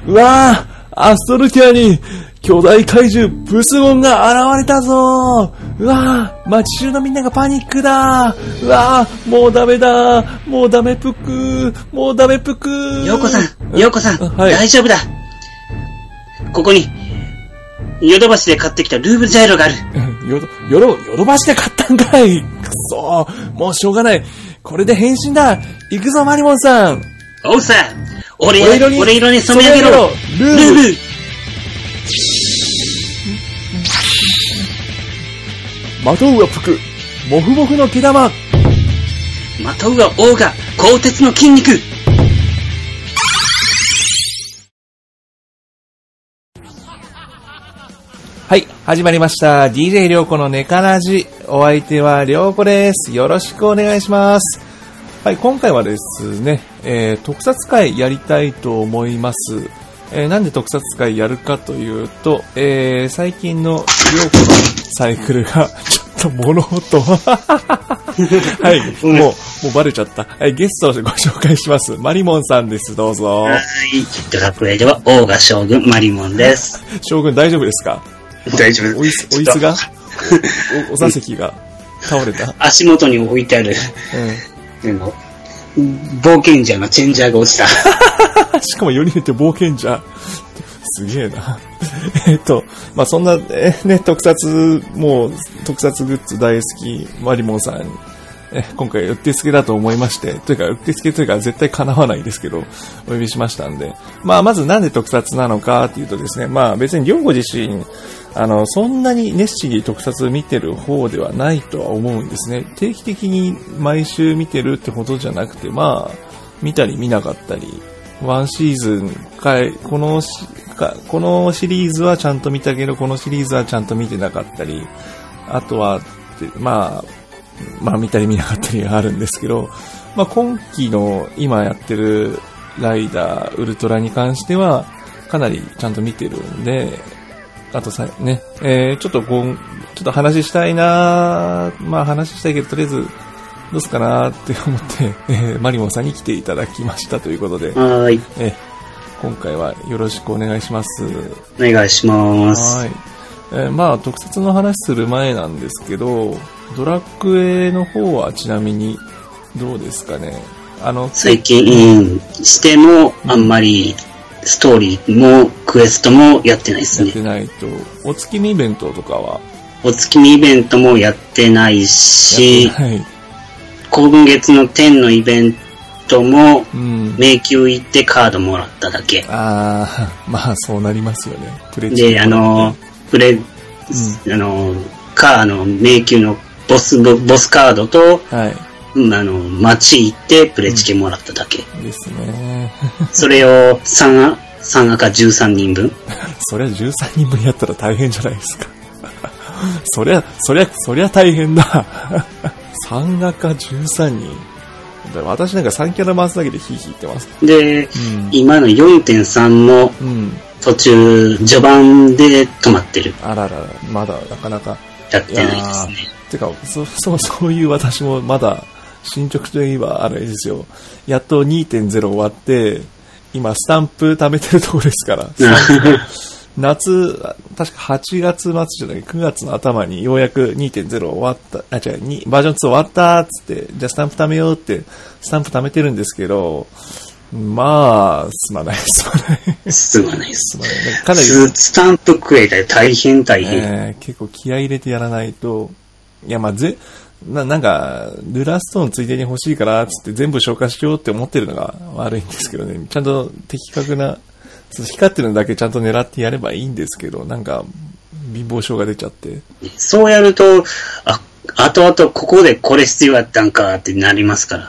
うわぁ、アストルティアに巨大怪獣プスゴンが現れたぞ。うわぁ、街中のみんながパニックだ。うわぁ、もうダメだ。もうダメぷく。もうダメぷく。 ヨコさん、 はい、 大丈夫だ。ここにヨドバシで買ってきたルーブジャイロがある。 ヨドバシで買ったんかい。くそー、もうしょうがない。これで変身だ。行くぞマリモンさん。 おうさ、俺色に染め上げろ。ルーブ。 まとうは服、もふもふの毛玉。 まとうはオーガ、鋼鉄の筋肉。 はい、始まりました。DJ りょうこのネカラジ。お相手はりょうこです。よろしくお願いします。はい、今回はですね、特撮会やりたいと思います。なんで特撮会やるかというと、最近のりょうこのサイクルがちょっと物音はい、もうバレちゃった。はい、ゲストをご紹介します。マリモンさんです。どうぞ。 はい、ドラクエではオーガ将軍マリモンです。 将軍大丈夫ですか？ 大丈夫です。 お椅子がお座席が倒れた。 足元に置いてある、冒険者のチェンジャーが落ちた。 しかもよりによって冒険者。すげえな。まあ、そんな、ね、特撮グッズ大好き、マリモンさん、今回、うってつけだと思いまして、というか、うってつけというか、絶対叶わないですけど、お呼びしましたんで、まあ、まずなんで特撮なのかっていうとですね、まあ、別に、りょうご自身、そんなに熱心に特撮見てる方ではないとは思うんですね。定期的に毎週見てるってほどじゃなくて、まあ、見たり見なかったり、ワンシーズンこのシリーズはちゃんと見たけど、このシリーズはちゃんと見てなかったり、あとは、まあ見たり見なかったりがあるんですけど、まあ今期の今やってるライダー、ウルトラに関しては、かなりちゃんと見てるんで、あとさ、ね、ちょっと話したいなぁ、まあ話したいけど、とりあえず、どうすかなーって思って、マリモンさんに来ていただきましたということで、 はい。 今回はよろしくお願いします。 お願いします。 はい。まあ、特撮の話する前なんですけど、ドラクエの方はちなみにどうですかね。 最近、してもあんまりストーリーもクエストもやってないですね。 やってないと。お月見イベントとかはお月見イベントもやってないし、 はい。 今月の10のイベントも、迷宮行ってカードもらっただけ。 ああ、まあそうなりますよね。 で、迷宮のボスカードと、 はい。 街行ってプレチケもらっただけ。 ですね。 それを3赤13人分。 そりゃ13人分やったら大変じゃないですか。そりゃ大変だ。3赤13人。私なんか3キャラ回すだけでヒーヒー言ってます。 で、今の 4.3 も途中序盤で止まってる。 あらら、まだなかなかやってないですね。 てか、そういう私もまだ進捗といえばあれですよ。やっと 2.0 終わって、今スタンプ貯めてるところですから。夏、確か8月末じゃない、9月の頭にようやく 2.0 終わった、バージョン2終わったっつって、じゃあスタンプ貯めようって、スタンプ貯めてるんですけど、まあ、すまない。かなり。 スタンプクエイター大変。 結構気合い入れてやらないと、いや、まあ、なんか、ルラストーンついでに欲しいから、つって全部消化しようって思ってるのが悪いんですけどね。ちゃんと的確な、光ってるのだけちゃんと狙ってやればいいんですけど、なんか、貧乏症が出ちゃって。 そうやると、後々ここでこれ必要やったんかってなりますから。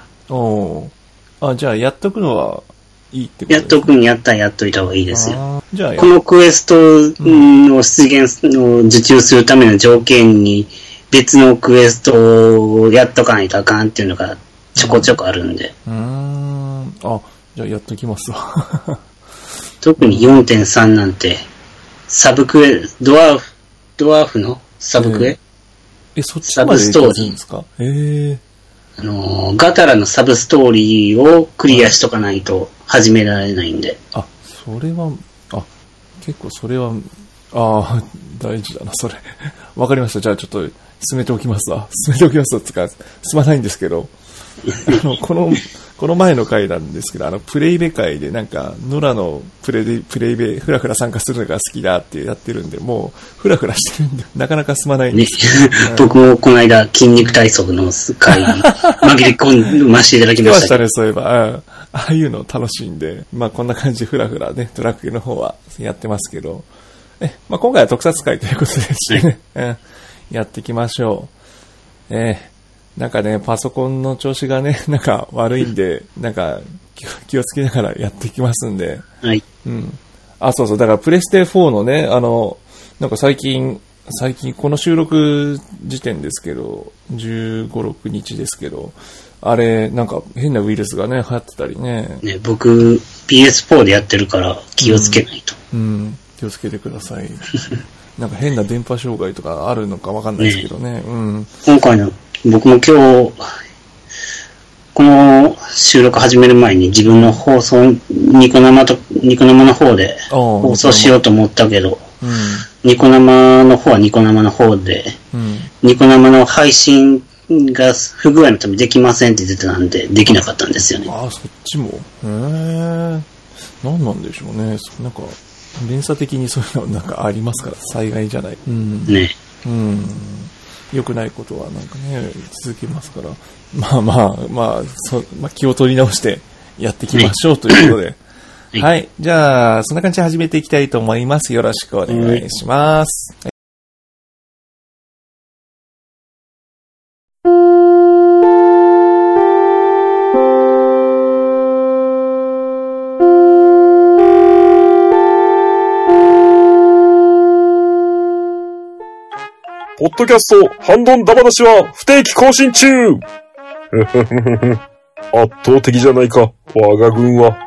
じゃあやっとくのはいいってことですか？ やっといた方がいいですよ。 じゃあこのクエストの出現の受注するための条件に別のクエストをやっとかないとあかんっていうのがちょこちょこあるんで。 じゃあやっときますわ。 特に 4.3 なんて、サブクエ、ドワーフのサブクエ、 そっちまで行くんですか？ ガタラのサブストーリーをクリアしとかないと始められないんで。 そそれは、結構それは、大事だな、それ。わかりました。じゃあちょっと進めておきますわ。進めておきますわ。つか、すまないんですけど、この前の回なんですけど、プレイベ会でなんか、ノラのプレイベ、ふらふら参加するのが好きだってやってるんで、もう、ふらふらしてるんで、なかなか進まないんですけど、 ね。僕もこの間、筋肉体操の会に紛れ込ませていただきました。 ね、そういえば、ああいうの楽しいんで、まあこんな感じでふらふらね、ドラクエの方はやってますけど、まあ今回は特撮会ということですね、やっていきましょう。なんかね、パソコンの調子がね、なんか悪いんで、なんか気をつけながらやっていきますんで。 はい。 うん。そう、だからプレステ4のね、なんか最近この収録時点ですけど、15、6日ですけど、あれ、なんか変なウイルスがね、流行ってたりね。 ね、僕、PS4 でやってるから気をつけないと。 気をつけてください。なんか変な電波障害とかあるのかわかんないですけどね。 今回の、僕も今日、この収録始める前に自分の放送、ニコ生の方で放送しようと思ったけど、ニコ生の方はニコ生の方で、ニコ生の配信が不具合のためできませんって出てたんで、できなかったんですよね。 そっちも何なんでしょうね。なんか、連鎖的にそういうのなんかありますから、災害じゃない。 ね。 良くないことはなんかね、続きますから、気を取り直してやっていきましょうということで。はい。じゃあ、そんな感じで始めていきたいと思います。よろしくお願いします。 ポッドキャスト、ハンドンダバなしは不定期更新中圧倒的じゃないか、我が軍は。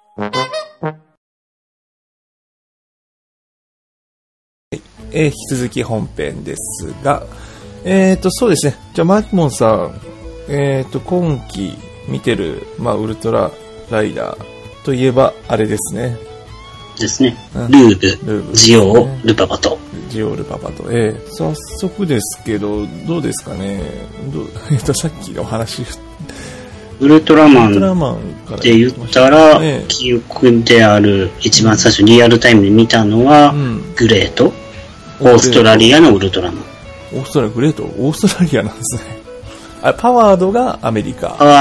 引き続き本編ですが、そうですね。じゃあ、マキモンさん、今期見てる、ウルトラライダーといえば、あれですね。 ですね。ルーブ、ジオー、ルパパト。 ジオールパパト。早速ですけど、どうですかね。さっきの話。 ウルトラマンって言ったら、記憶である、一番最初リアルタイムで見たのは、グレート。オーストラリアのウルトラマン。 グレートオーストラリアなんですね。パワードがアメリカ。 で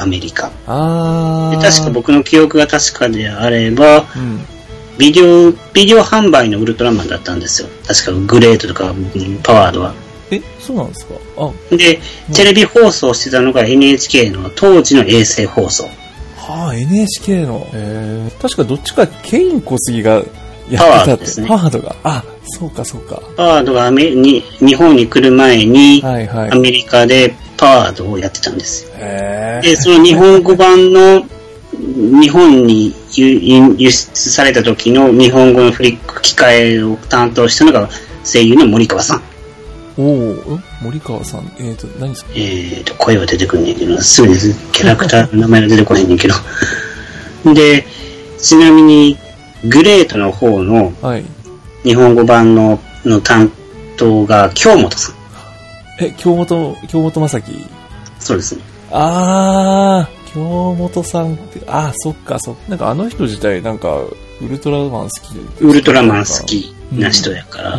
確か僕の記憶が確かであれば、ビデオ販売のウルトラマンだったんですよ。確かグレートとかパワードは。 そうなんですか。 で、テレビ放送してたのが NHK の当時の衛星放送。 NHK の。確かどっちかケイン小杉がやってたって。 パワードですね。 パワードが。そうか。 パワードが日本に来る前に、アメリカでパワードをやってたんですよ。で、その日本語版の日本に輸出された時の日本語の吹き替えを担当したのが声優の森川さん。 森川さん。何ですか？ 声は出てくんねんけど、すぐにキャラクターの名前が出てこへんねんけど。で、ちなみに、グレートの方の日本語版の担当が京本さん。 京本正樹。 そうですね。 京本さんって、そっか。なんかあの人自体、なんか、ウルトラマン好きで。 ウルトラマン好きな人やから。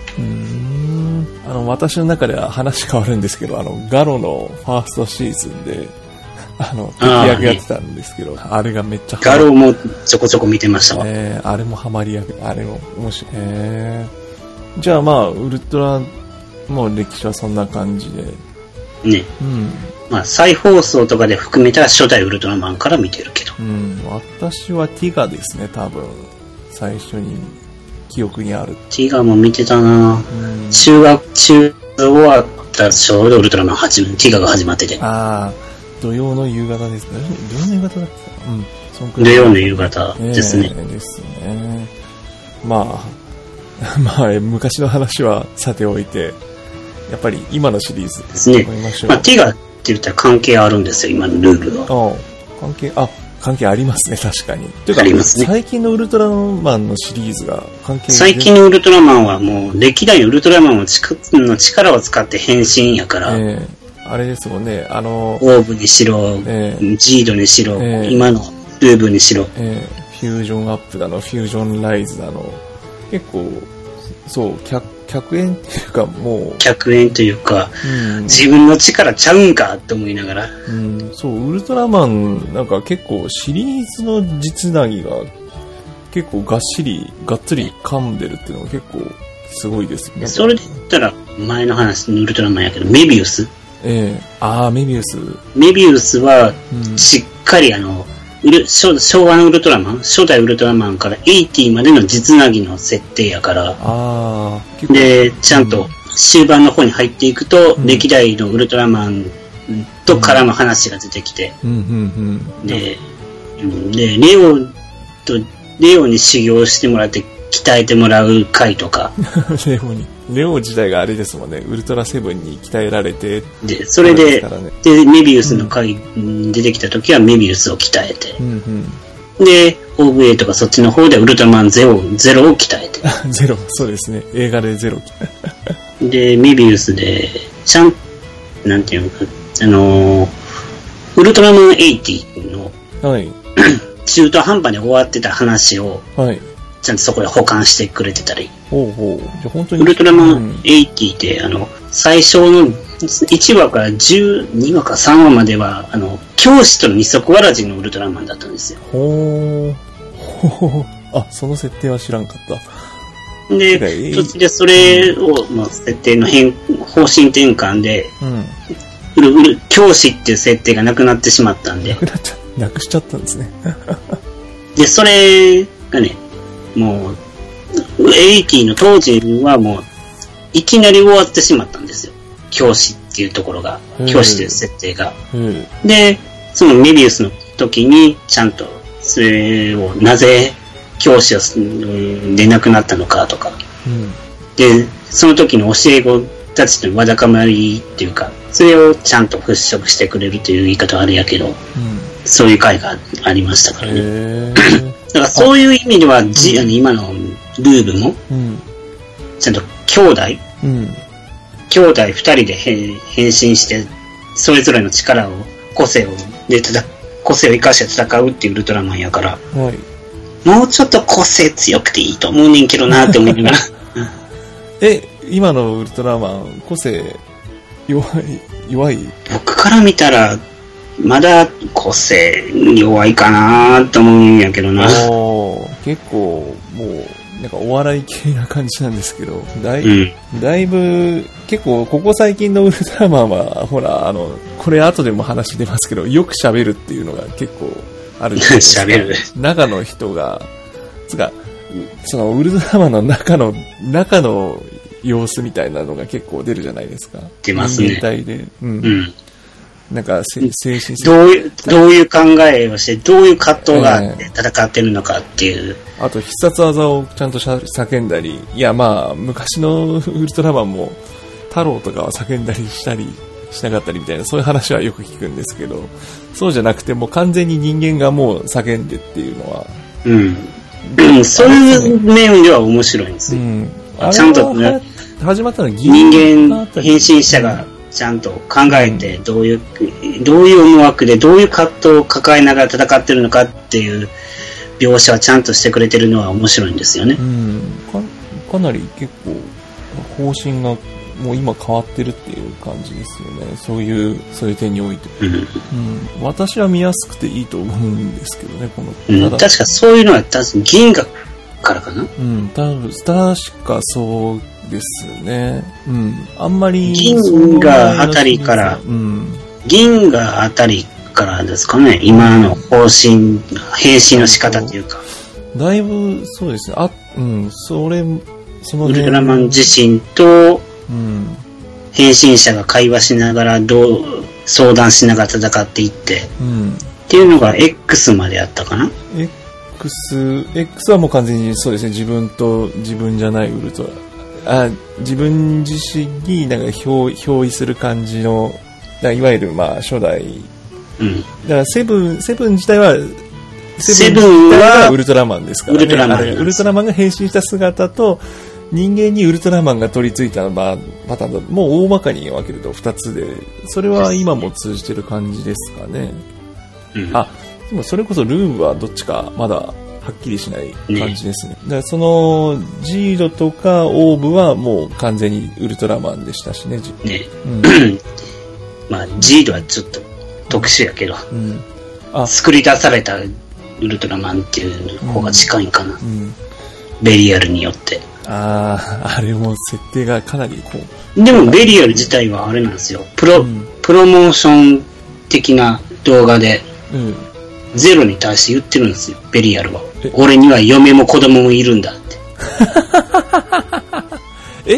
私の中では話変わるんですけど、ガロのファーストシーズンで、敵役やってたんですけど、あれがめっちゃガロもちょこちょこ見てましたわ。 あれもハマり役、あれも面白い。じゃあウルトラ、もう歴史はそんな感じで。 ね。再放送とかで含めたら初代ウルトラマンから見てるけど。 私はティガですね、多分。最初に記憶にある。 ティガも見てたな。中学終わったらちょうどウルトラマンティガが始まってて。 土曜の夕方ですか？土曜の夕方だっけ？ 土曜の夕方ですね。 ですね。昔の話はさておいて、やっぱり今のシリーズですね。ティガって言ったら関係あるんですよ、今のルールは。 関係、 関係ありますね、確かに。というか、 ありますね。 最近のウルトラマンのシリーズが関係最近のウルトラマンはもう、歴代のウルトラマンの力を使って変身やから、 あれですもんね、 オーブにしろ、ジードにしろ、今のルーブにしろ。 フュージョンアップだの、フュージョンライズだの、結構、そう、100円っていうかもう。 100円というか、自分の力ちゃうんかって思いながら。 そう、ウルトラマン、なんか結構シリーズの実なぎが結構がっつり噛んでるっていうのが結構すごいですね。 それで言ったら、前の話のウルトラマンやけど、メビウス。 メビウス。 メビウスは、しっかり昭和のウルトラマン、初代ウルトラマンから80までの実なぎの設定やから、で、ちゃんと終盤の方に入っていくと、歴代のウルトラマンとからの話が出てきて、で、レオに修行してもらって鍛えてもらう回とか。 レオ自体があれですもんね、ウルトラセブンに鍛えられて。 で、それで、メビウスの回に出てきた時はメビウスを鍛えて。で、OVA とかそっちの方でウルトラマンゼロを鍛えて。 ゼロ、そうですね。映画でゼロ。 で、メビウスで、なんていうのか、ウルトラマン80の、中途半端に終わってた話を、ちゃんとそこで保管してくれてたり。ウルトラマン80って、最初の1話から12話か3話までは、教師との二足わらじのウルトラマンだったんですよ。 その設定は知らんかった。 で、途中でそれを、設定の方針転換で、教師っていう設定がなくなってしまったんで。 なくしちゃったんですね。 で、それがね、もう、80の当時はもう、いきなり終わってしまったんですよ。教師っていうところが、教師という設定が。で、そのメビウスの時に、ちゃんと、それを、なぜ教師をでなくなったのかとか。で、その時の教え子たちのわだかまりっていうか、それをちゃんと払拭してくれるという言い方はあれやけど、そういう回がありましたからね。だからそういう意味では、今のルーブも、ちゃんと兄弟二人で変身して、それぞれの力を、個性を生かして戦うっていうウルトラマンやから、もうちょっと個性強くていいと思うねんけどなって思いながら。 今のウルトラマン、個性弱い？ 僕から見たら、まだ個性弱いかなと思うんやけどな。 結構もうなんかお笑い系な感じなんですけど、だいぶ結構ここ最近のウルトラマンはほらこれ後でも話出ますけど、よく喋るっていうのが結構あるじゃないですか。 喋る。 中の人がそのウルトラマンの中の様子みたいなのが結構出るじゃないですか。 出ますね。 人間体で。なんか精神どういう考えをして、どういう葛藤があって戦ってるのかっていう。 あと必殺技をちゃんと叫んだり、いや昔のウルトラマンも太郎とかは叫んだりしたりしなかったりみたいな、そういう話はよく聞くんですけど、そうじゃなくてもう完全に人間がもう叫んでっていうのは。 そういう面では面白いんですよ。ちゃんとね、 始まったのは人間変身者がちゃんと考えて、どういう思惑でどういう葛藤を抱えながら戦ってるのかっていう描写はちゃんとしてくれてるのは面白いんですよね。 かなり結構方針がもう今変わってるっていう感じですよね。そういう点において。私は見やすくていいと思うんですけどね、 確かそういうのは銀河からかな？ 確かそうですね。あんまり。 銀河あたりから、銀河あたりからですかね、今の方針、変身の仕方というか。 だいぶ、そうですね。 ウルトラマン自身と、変身者が会話しながら相談しながら戦っていって、っていうのが X まであったかな。 X はもう完全にそうですね、自分と自分じゃないウルトラ、自分自身になんか憑依する感じの、いわゆる初代、だからセブン自体はセブンはウルトラマンですからね。 ウルトラマン。 ウルトラマンが変身した姿と、人間にウルトラマンが取り付いたパターンだもう大まかに分けると2つで、それは今も通じてる感じですかね。うん、あ、でもそれこそルームはどっちかまだはっきりしない感じですね。だからそのジードとかオーブはもう完全にウルトラマンでしたしね。 ね、うん、まあジードはちょっと特殊やけど、うん、作り出されたウルトラマンっていう方が近いかな。うん、ベリアルによって。 あれも設定がかなりこう。でもベリアル自体はあれなんですよ。プロモーション的な動画で、ゼロに対して言ってるんですよ、ベリアルは。俺には嫁も子供もいるんだって。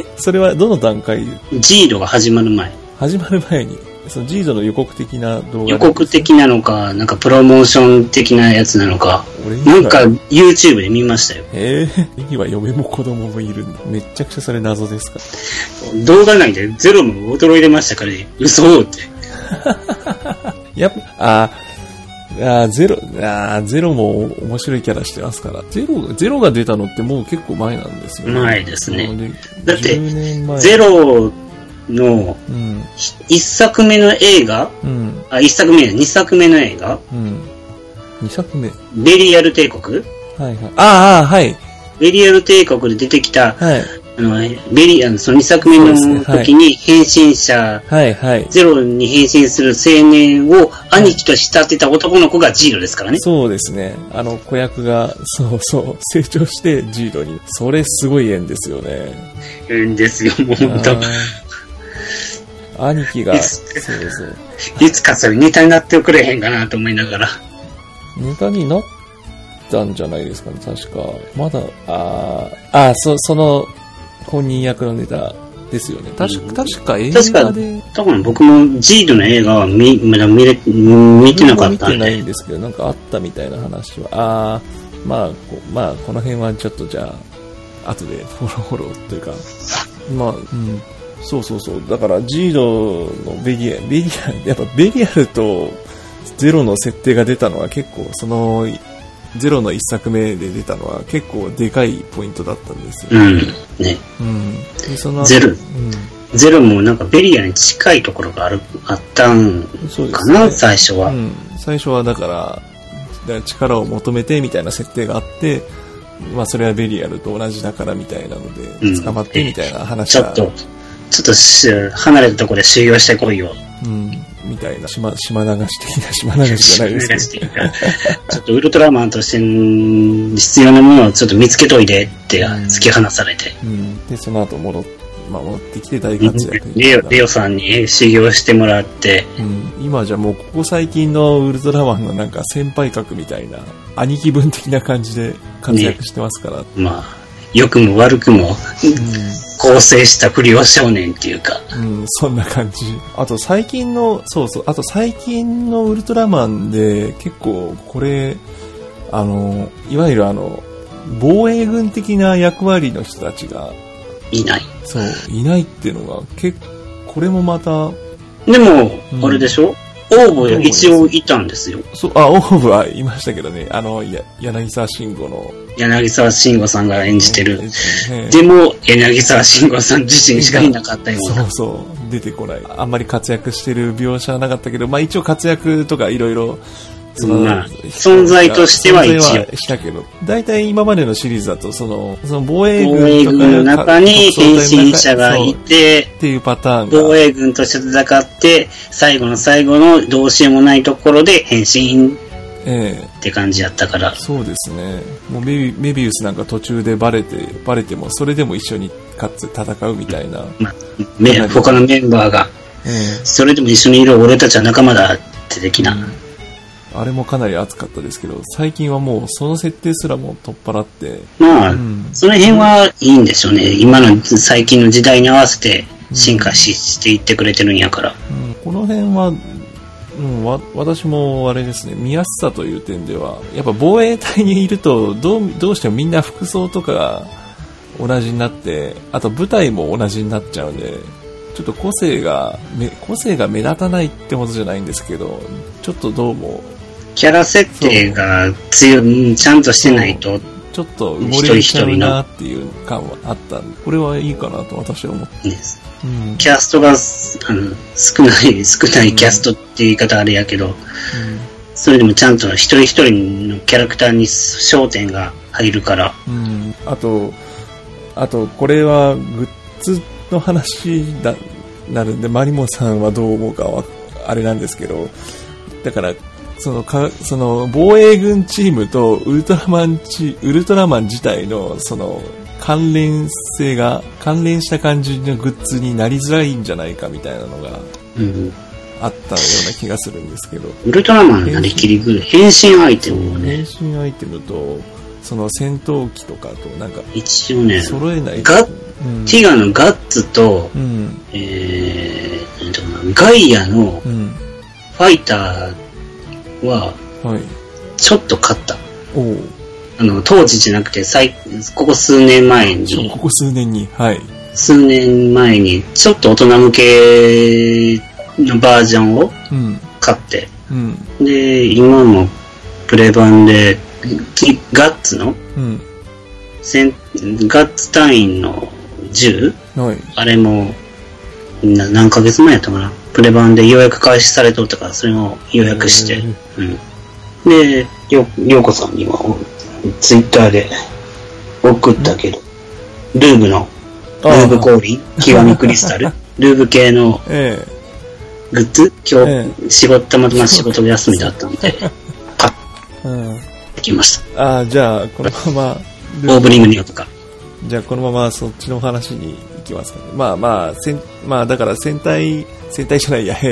それはどの段階？ ジードが始まる前。 始まる前に。そのジードの予告的な動画。 予告的なのか、なんかプロモーション的なやつなのか。なんか YouTube で見ましたよ。 俺には嫁も子供もいるんだ。めっちゃくちゃそれ謎ですか。 動画内でゼロも驚いてましたからね。嘘って。 やっぱ、ゼロも面白いキャラしてますから。ゼロが出たのってもう結構前なんですよね。 前ですね。だって、ゼロの1作目の映画、2作目の映画、 2作目ベリアル帝国、 はいはい。はい。 ベリアル帝国で出てきた、 はい、 その2作目の時に変身者、ゼロに変身する青年を兄貴と慕ってた男の子がジードですからね。 そうですね。子役が、成長してジードに。それすごい縁ですよね。 縁ですよ、もう本当。 兄貴が、 いつかそれネタになってくれへんかなと思いながら。 ネタになったんじゃないですかね、確か。まだ、その、本人役のネタですよね。確か映画で。 多分僕もジードの映画はまだ見てなかったんで。 見てないんですけど、なんかあったみたいな話は。まあ、この辺はちょっとじゃあ、後でフォローというか、そう。だから、ジードのやっぱベリアルとゼロの設定が出たのは結構、ゼロの一作目で出たのは結構でかいポイントだったんですよ。 ね。 でそのゼロもなんかベリアに近いところがあったんかな、最初は。 最初はだから力を求めてみたいな設定があって、まあそれはベリアルと同じだからみたいなので、捕まってみたいな話が。 ちょっと離れたところで修行してこいよ。 みたいな、島流し的な、島流しじゃないですけど。 ちょっとウルトラマンとして必要なものをちょっと見つけといてって突き放されて。 で、その後戻ってきて大活躍。 レオさんに修行してもらって。 今じゃもうここ最近のウルトラマンのなんか先輩格みたいな、兄貴分的な感じで活躍してますから。 まあ、良くも悪くも、構成した不良少年っていうか。 そんな感じ。あと最近のウルトラマンで結構これ、いわゆる防衛軍的な役割の人たちがいない。 いないっていうのがこれもまた。 でも、あれでしょ？オーブ一応いたんですよ。 オーブはいましたけどね。柳沢慎吾さんが演じてる。でも、柳沢慎吾さん自身しかいなかったような。出てこない。あんまり活躍してる描写はなかったけど、一応活躍とかいろいろ、 存在としては一応したけど、大体今までのシリーズだと、その防衛軍の中に変身者がいて、 っていうパターンが。 防衛軍として戦って、最後の最後のどうしようもないところで変身って感じやったから。 そうですね。もうメビウスなんか途中でバレても、それでも一緒に戦うみたいな。 他のメンバーが、それでも一緒にいる俺たちは仲間だって的な。 あれもかなり熱かったですけど、最近はもうその設定すらも取っ払って。 その辺はいいんでしょうね。今の最近の時代に合わせて進化していってくれてるんやから。 この辺は、私もあれですね、見やすさという点では、やっぱ防衛隊にいるとどうしてもみんな服装とかが同じになって、あと舞台も同じになっちゃうんで、ちょっと個性が目立たないってことじゃないんですけど、ちょっとどうもキャラ設定がちゃんとしてないと、 ちょっと埋もれちゃうなっていう感はあったんで、これはいいかなと私は思ってます。 キャストが少ないキャストっていう言い方あれやけど、それでもちゃんと一人一人のキャラクターに焦点が入るから。 あとこれはグッズの話なるんで、マリモさんはどう思うかはあれなんですけど、だからその防衛軍チームとウルトラマン自体のその関連した感じのグッズになりづらいんじゃないかみたいなのがあったような気がするんですけど、 ウルトラマンなりきり変身アイテムをね、 変身アイテムとその戦闘機とかとなんか一応ね、 揃えないティガのガッツと、ガイアのファイターはちょっと勝った。当時じゃなくてここ数年前に、数年前にちょっと大人向けのバージョンを買って、で今もプレ版でガッツの、ガッツ隊員の銃、あれも何ヶ月前やったかな、プレ版で予約開始されとったから、それも予約して、でようこさんにはツイッターで送ったけど、ルーブ氷極みクリスタルルーブ系のグッズ、今日たまたま仕事で休みだったので買ってきました。 じゃあこのままオープニングによとか、 じゃあこのままそっちの話に行きますかね。だから戦隊じゃないや、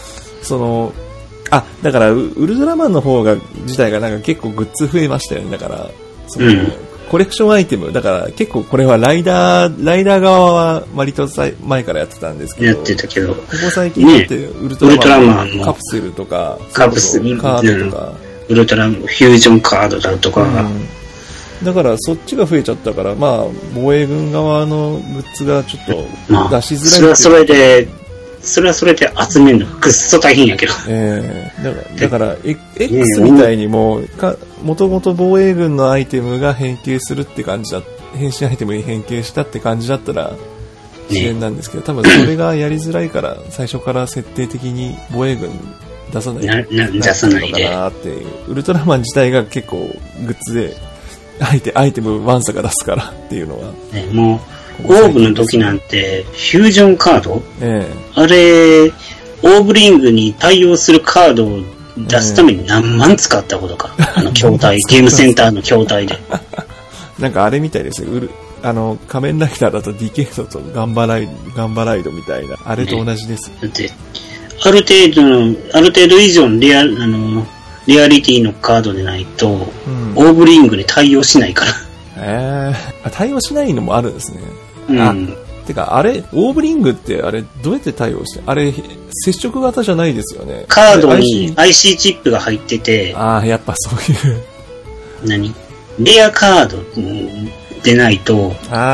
だからウルトラマンの方自体がなんか結構グッズ増えましたよね。だからコレクションアイテムだから結構これはライダー側は割と前からやってたんですけど、 やってたけど、 ここ最近だってウルトラマンのカプセルとかカードとか、 ウルトラフュージョンカードだとか、 だからそっちが増えちゃったから、防衛軍側のグッズがちょっと出しづらい。 それはそれで集めるのくっそ大変やけど。 だから X みたいにもともと防衛軍のアイテムが変形するって感じ変身アイテムに変形したって感じだったら自然なんですけど、多分それがやりづらいから最初から設定的に防衛軍出さないでかなっていう。ウルトラマン自体が結構グッズでアイテムワンサが出すからっていうのは、 もうオーブの時なんてフュージョンカード、あれオーブリングに対応するカードを出すために何万使ったことか、筐体ゲームセンターの筐体でなんかあれみたいですよ。仮面ライダーだとディケードとガンバライドみたいなあれと同じです、 だってある程度以上のリアリティのカードでないと、オーブリングに対応しないから対応しないのもあるんですね。てかあれオーブリングってあれどうやって対応してあれ接触型じゃないですよね。 カードに IC チップが入ってて、 やっぱそういうレアカードでないと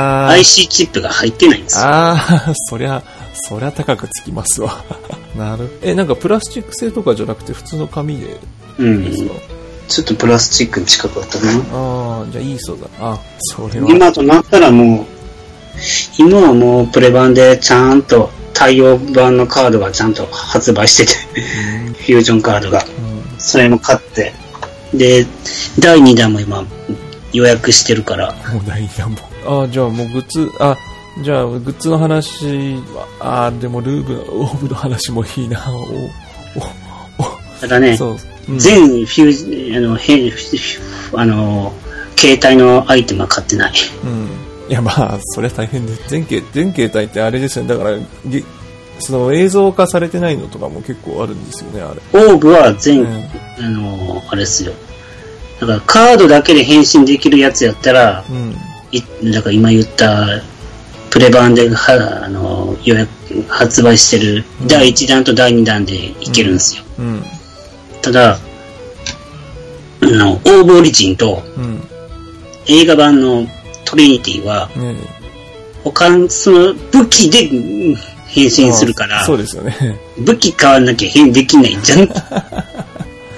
IC チップが入ってないんですよ。 そりゃ高くつきますわなんかプラスチック製とかじゃなくて普通の紙でですか？ ちょっとプラスチックに近かったな。 じゃあいいそうだ。それは今となったら今はもうプレ版でちゃんと対応版のカードがちゃんと発売しててフュージョンカードが、それも買って、で第2弾も今予約してるから。 もう第2弾もじゃあもうグッズじゃあグッズの話はでもルーブのオーブの話もいいな。 ただね、全フュー携帯のアイテムは買ってない。 いやそれは大変です。全携帯ってあれですよね。だからその映像化されてないのとかも結構あるんですよね。あれオーブはあれですよ。だからカードだけで変身できるやつやったら、だから今言ったプレ版で予約発売してる第1弾と第2弾でいけるんですよ。ただオーブオリジンと、映画版のトリニティは、その武器で変身するから、 そうですよね。 武器変わんなきゃ変できないじゃん。 結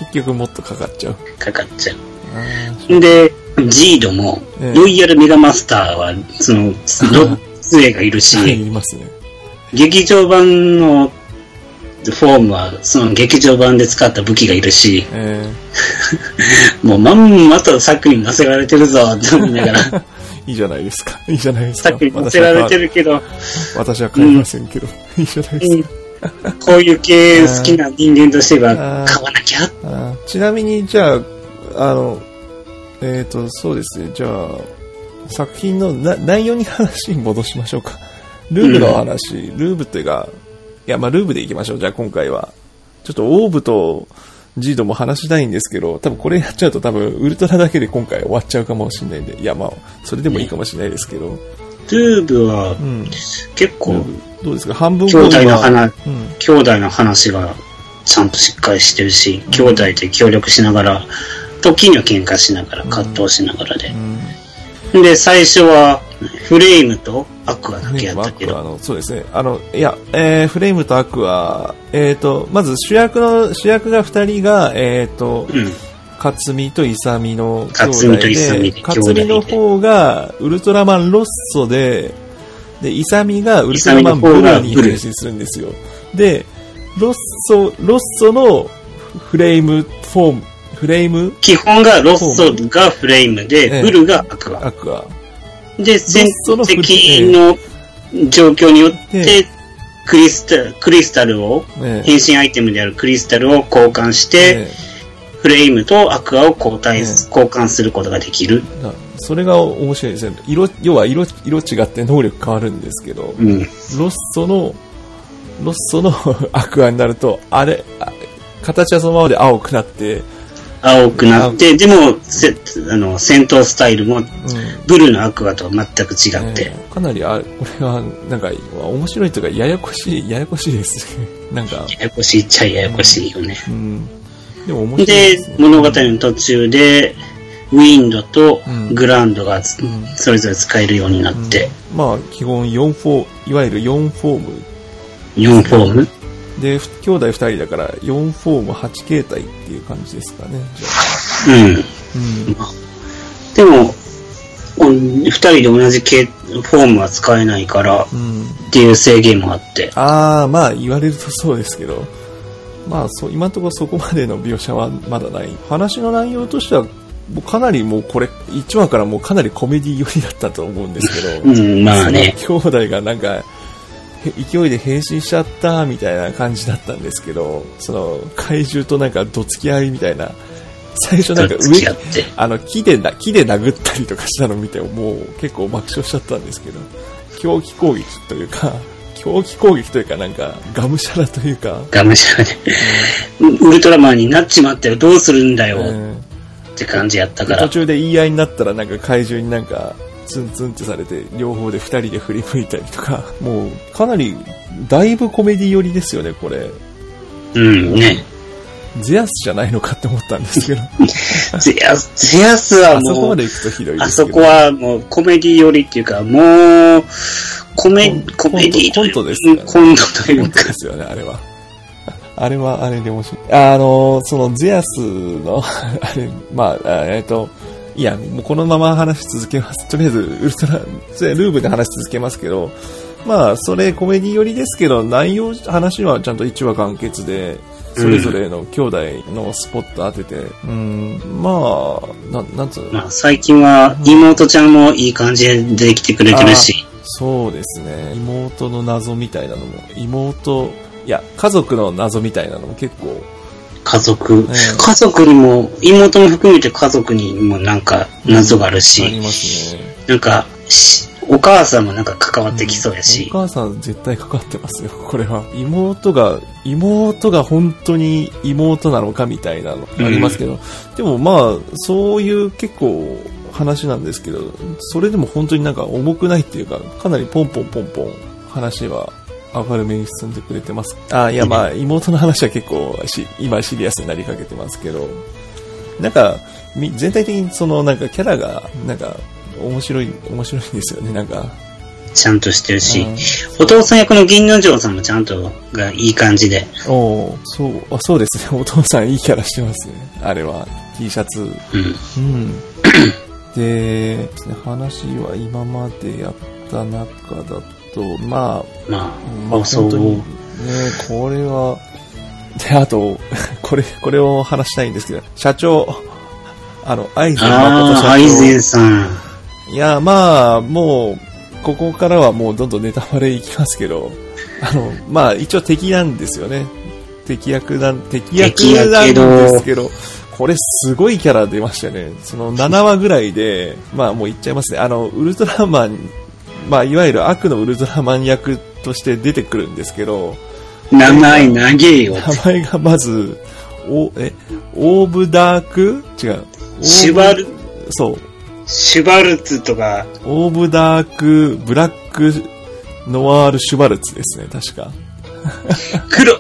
結局もっとかかっちゃう。 かかっちゃう。で、ジードも、ロイヤルメガマスターは、その、杖がいるし、 いますね。 劇場版のフォームは、その劇場版で使った武器がいるし、もうまんまと柵に乗せられてるぞ、って思いながら。 いいじゃないですか。いいじゃないですか。 柵に乗せられてるけど。 私は買いませんけど。いいじゃないですか。 こういう系好きな人間としては買わなきゃ。 ちなみに、じゃあ、そうですね。じゃあ、作品の内容に話に戻しましょうか。ルーブの話、ルーブっていうか、いや、まあ、ルーブでいきましょう。じゃあ今回は。ちょっとオーブとジードも話したいんですけど、多分これやっちゃうと多分ウルトラだけで今回終わっちゃうかもしれないんで、いや、まあ、それでもいいかもしれないですけど。 ルーブは、結構、 どうですか半分兄弟の話がちゃんとしっかりしてるし、兄弟で協力しながら、時には喧嘩しながら、葛藤しながらで。で、最初は、フレイムとアクアだけやったけど。 そうですね。フレイムとアクア、まず主役が2人が、勝美と勇の兄弟で、勝美の方がウルトラマンロッソで、勇がウルトラマンブルーに変身するんですよ。で、ロッソのフレイム基本がロッソがフレイムで、ブルがアクア。で、敵の状況によって、クリスタルを、変身アイテムであるクリスタルを交換して、フレイムとアクアを交換することができる。 それが面白いですね。要は色違って能力変わるんですけど、ロッソのアクアになると、形はそのままで青くなって、でも、戦闘スタイルも、ブルーのアクアと全く違って。 かなり、これは、なんか、面白いというか、ややこしいですね。なんか。 ややこしいっちゃややこしいよね。 でも面白いですね。 で、物語の途中で、ウィンドとグランドが、それぞれ使えるようになって。 まあ、基本いわゆる4フォーム。 4フォームで、兄弟2人だから4フォーム8形態っていう感じですかね。じゃあ。でも、2人で同じフォームは使えないから、っていう制限もあって。 まあ言われるとそうですけど、まあ今のところそこまでの描写はまだない。話の内容としては、かなりもうこれ、1話からもうかなりコメディ寄りだったと思うんですけど、 まあね。 兄弟がなんか、勢いで変身しちゃったみたいな感じだったんですけど、その怪獣となんかどつき合いみたいな、最初なんか木で殴ったりとかしたの見てもう結構爆笑しちゃったんですけど、狂気攻撃というかなんかがむしゃらというか、 がむしゃらで、ウルトラマンになっちまったよどうするんだよ、って感じやったから。 途中で言い合いになったらなんか怪獣になんかツンツンってされて両方で2人で振り向いたりとか、もうかなりだいぶコメディ寄りですよねこれ。 ね。 ゼアスじゃないのかって思ったんですけどゼアスはもうあそこまで行くとひどいですけど、 あそこはもうコメディ寄りっていうか、もうコメディコントですよね。 コントというか。 コントですよね、あれは。あれはあれで面白い。そのゼアスのあれ、まあ、いや、もうこのまま話し続けます。とりあえず、ルーブで話し続けますけど、まあ、それコメディ寄りですけど、話はちゃんと1話完結で、それぞれの兄弟のスポット当てて、まあ、なんつうの。 まあ、最近は妹ちゃんもいい感じで出てきてくれてるし。 そうですね。妹の謎みたいなのも、家族の謎みたいなのも結構、 家族にも、妹も含めて家族にもなんか謎があるし、 ありますね。 なんか、お母さんもなんか関わってきそうやし。 お母さん絶対関わってますよ、これは。妹が本当に妹なのかみたいなのありますけど、でもまあ、そういう結構話なんですけど、それでも本当になんか重くないっていうか、かなりポンポン話は明るめに進んでくれてます。いやまあ、妹の話は結構今シリアスになりかけてますけど、なんか、全体的にそのなんかキャラが、なんか、面白いんですよね、なんか。 ちゃんとしてるし、お父さん役の銀之丞さんもちゃんとがいい感じで。 そうですね。お父さんいいキャラしてますね。あれは T シャツ。で、話は今までやった中だと、まあ本当にね、これは、で、あと、これを話したいんですけど、社長、愛前誠社長。 愛前さん。 いや、まあ、もう、ここからはもうどんどんネタバレいきますけど、まあ、一応敵なんですよね。敵役なんですけど、これすごいキャラ出ましたよね。その7話ぐらいで、まあもう言っちゃいますね。ウルトラマン、まあいわゆる悪のウルトラマン役として出てくるんですけど、 名前長えよ。 名前がまず、オーブダーク違う。 シュバル、 そう。 シュバルツとか。 オーブダーク、ブラック、ノワール・シュバルツですね、確か。 黒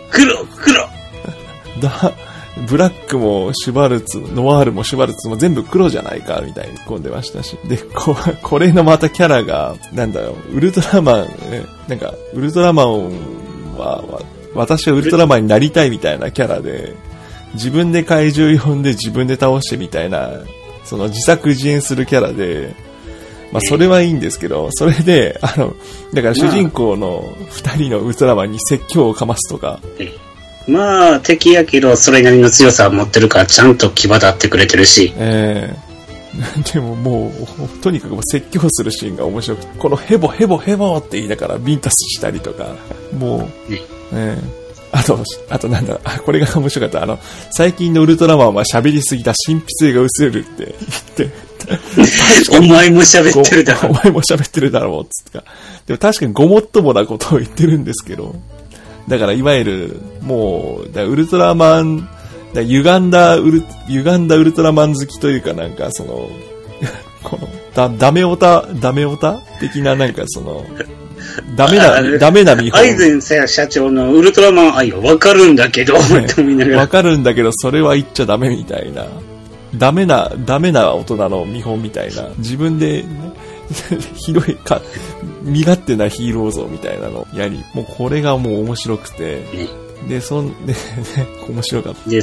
ブラックもシュバルツ、ノワールもシュバルツも全部黒じゃないか、みたいに込んでましたし。で、これのまたキャラが、なんだろう、ウルトラマン、なんか、ウルトラマンは、私はウルトラマンになりたいみたいなキャラで、自分で怪獣呼んで自分で倒してみたいな、その自作自演するキャラで、まあそれはいいんですけど、それで、だから主人公の二人のウルトラマンに説教をかますとか。 まあ敵やけど、それなりの強さを持ってるからちゃんと際立ってくれてるし。 でももう、とにかく説教するシーンが面白くて、このヘボって言いながらビンタスしたりとか、もう、あとなんだ、これが面白かった。最近のウルトラマンは喋りすぎた神秘性が薄れるって言って、 お前も喋ってるだろう。 お前も喋ってるだろう、つってか。でも確かにごもっともなことを言ってるんですけど、だからいわゆる、もう、ウルトラマン、歪んだウルトラマン好きというかなんかこの、ダメオタ的ななんかダメな見本。 アイゼン社長のウルトラマン愛はわかるんだけど、 わかるんだけど、それは言っちゃダメみたいな。ダメな大人の見本みたいな。自分で、ひどい身勝手なヒーロー像みたいなのやり、もうこれがもう面白くて、で、面白かった。 です。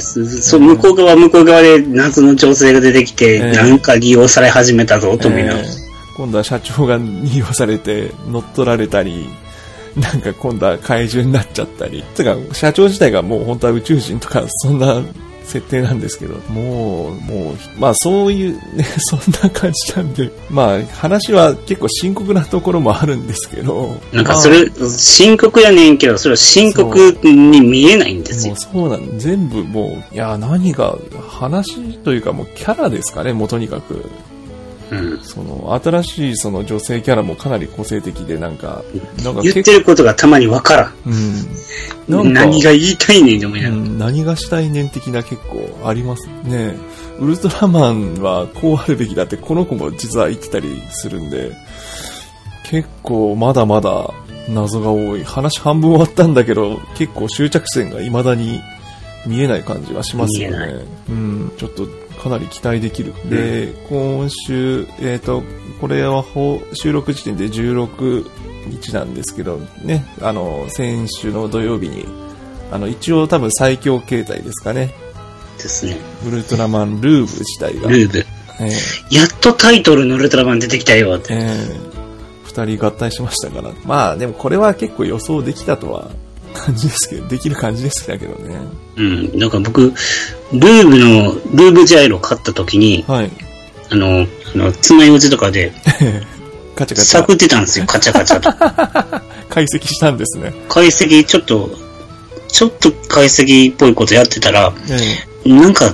向こう側で謎の女性が出てきて、なんか利用され始めたぞと思いながら。 今度は社長が利用されて乗っ取られたり、なんか今度は怪獣になっちゃったり。つか、社長自体がもう本当は宇宙人とかそんな設定なんですけど、もう、まあそういうね、そんな感じなんで、まあ話は結構深刻なところもあるんですけど。 なんかそれ、深刻やねんけど、それは深刻に見えないんですよ。 そうなんです。全部もう、いや、何が、話というかもうキャラですかね、もうとにかく。新しい女性キャラもかなり個性的でなんか言ってることがたまにわからん。何が言いたいねんと思いながら。 何がしたいねん的な結構ありますね。ウルトラマンはこうあるべきだってこの子も実は言ってたりするんで、結構まだまだ謎が多い。話半分終わったんだけど、結構終着線が未だに見えない感じがしますよね。ちょっとかなり期待できる。で、今週、これは収録時点で16日なんですけど、ね、先週の土曜日に、一応多分最強形態ですかね。 ですね。 ウルトラマンルーブ自体が。 ルーブ。やっとタイトルのウルトラマン出てきたよって。 二人合体しましたから。まあ、でもこれは結構予想できたとは、感じですけど、できる感じですけどね。 なんか僕、ルーブジャイロ買った時に、 はい。 爪楊枝とかで、 カチャカチャ。 探ってたんですよ、カチャカチャと。 解析したんですね。 解析、ちょっと解析っぽいことやってたら、なんか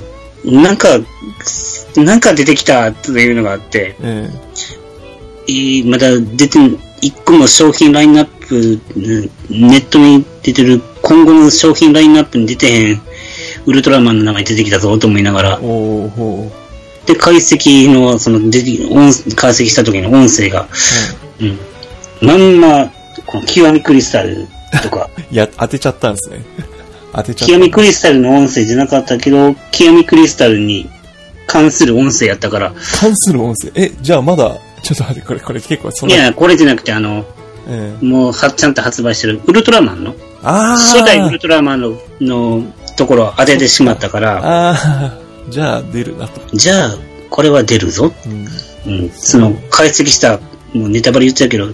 出てきたっていうのがあって、まだ一個も商品ラインナップ、ネットに出てる今後の商品ラインナップに出てへんウルトラマンの名前出てきたぞと思いながら、で解析の解析した時の音声が、まんまこの極みクリスタルとかいや当てちゃったんですね。 極みクリスタルの音声じゃなかったけど、極みクリスタルに関する音声やったから。 関する音声？じゃあまだちょっと待って、これ結構いや、これじゃなくてもうちゃんと発売してるウルトラマンの初代ウルトラマンのところを当ててしまったから、 じゃあ出るなと。 じゃあこれは出るぞ。その解析したもうネタバレ言っちゃうけど、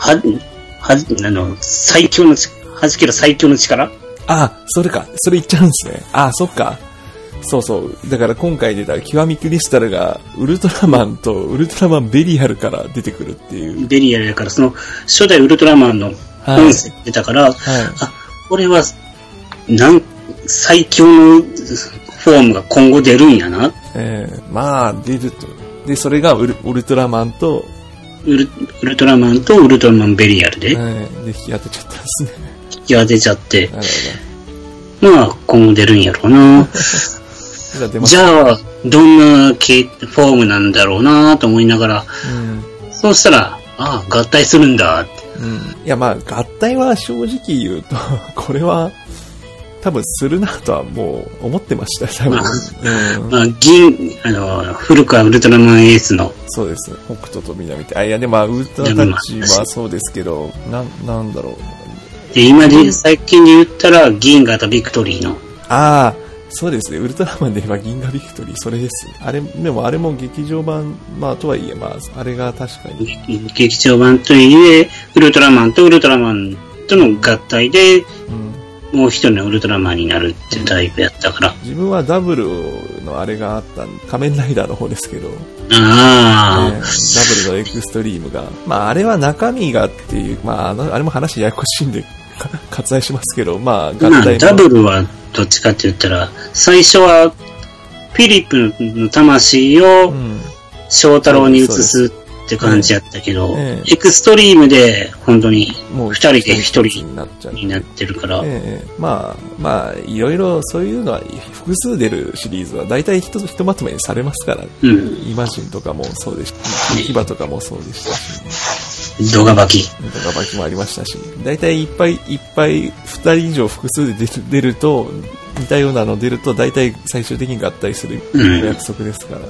最強の弾ける最強の力。 それか。それ言っちゃうんですね。そっか。そうそう。だから今回出た極みクリスタルがウルトラマンとウルトラマンベリアルから出てくるっていう。 ベリアルだからその初代ウルトラマンの本線出たから、これは最強のフォームが今後出るんやな。 まあ出ると。でそれがウルトラマンとウルトラマンベリアルで、 で引き当てちゃったんですね。 引き当てちゃって、まあ今後出るんやろうな。じゃあどんなフォームなんだろうなと思いながら、そうしたら合体するんだって。 いやまあ合体は正直言うとこれは多分するなとはもう思ってました。多分。 古川ウルトラマンエースの。 そうです。北斗と南って。いやでもウルトラタッチはそうですけど、なんだろう。 で今で最近で言ったら銀河とビクトリーの。 そうですね。ウルトラマンで言えば銀河ビクトリー、それです。でもあれも劇場版、とはいえ、あれが確かに。 劇場版といえ、ウルトラマンとウルトラマンとの合体で、もう一人のウルトラマンになるっていうタイプやったから。 自分はダブルのあれがあった仮面ライダーの方ですけど。 ダブルのエクストリームが。あれは中身がっていう、あれも話ややこしいんで、割愛しますけど、合体ダブルはどっちかって言ったら、最初はフィリップの魂を翔太郎に移すって感じやったけど、エクストリームで本当に二人で一人になってるから、 いろいろそういうのは複数出るシリーズは大体ひとまとめにされますから、イマジンとかもそうでした、ヒバとかもそうでしたし、 ドガバキもありましたし、大体いっぱい2人以上複数で出ると、似たようなの出ると大体最終的に合体する約束ですから、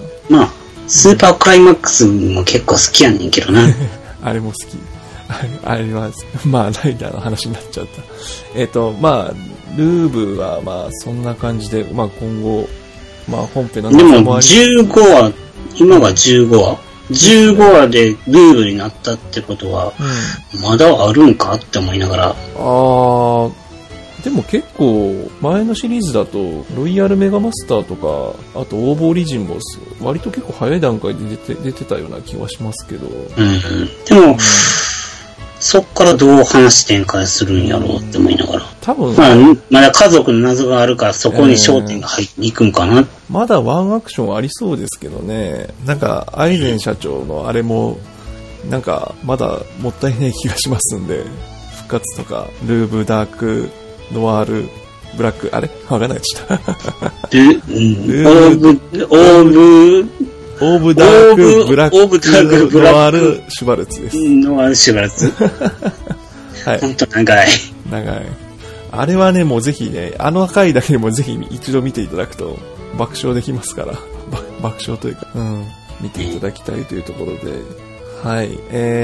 スーパークライマックスも結構好きやねんけどな。 あれも好き。あれは、ライダーの話になっちゃった。ルーブはそんな感じで、今後、本編の中もあり。でも15話、今が15話。15話でルーブになったってことは、まだあるんかって思いながら。 でも結構前のシリーズだとロイヤルメガマスターとかあとオーブオリジンも割と結構早い段階で出てたような気はしますけど、 でも、そっからどう話展開するんやろうって思いながら、 多分まだ家族の謎があるからそこに焦点が入っていくんかな、 まだワンアクションありそうですけどね。アイゼン社長のあれもまだもったいない気がしますんで、復活とかルーブダークノワールブラック、あれわかんないちょっとオーブダークブラックノワールシュバルツです。 ノワールシュバルツ。はい。ほんと長い。 あれはね、もうぜひね、あの回だけでもぜひ一度見ていただくと爆笑できますから、爆笑というか、見ていただきたいというところで、はい。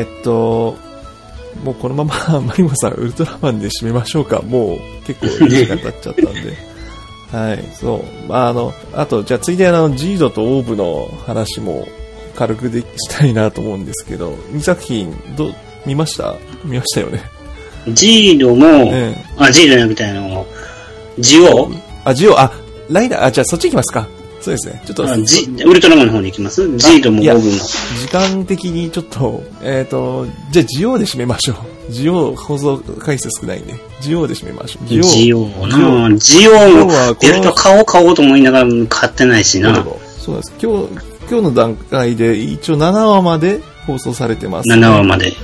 もうこのままマリモさんウルトラマンで締めましょうか。もう結構時間経っちゃったんで。はい、そう。あと、じゃあついでジードとオーブの話も軽くしたいなと思うんですけど、2作品見ましたよね。 ジードも、ジードじゃなくてジオライダー、じゃあそっち行きますか。そうですね。ちょっとウルトラマンの方に行きます？ジードもオーブの。 時間的にちょっと、じゃあジオで締めましょう。ジオ放送回数少ないんで、ジオで締めましょう。 ジオも出ると買おうと思いながら買ってないしな。 そうなんです。今日の段階で一応7話まで放送されてます、 ね。7話まで。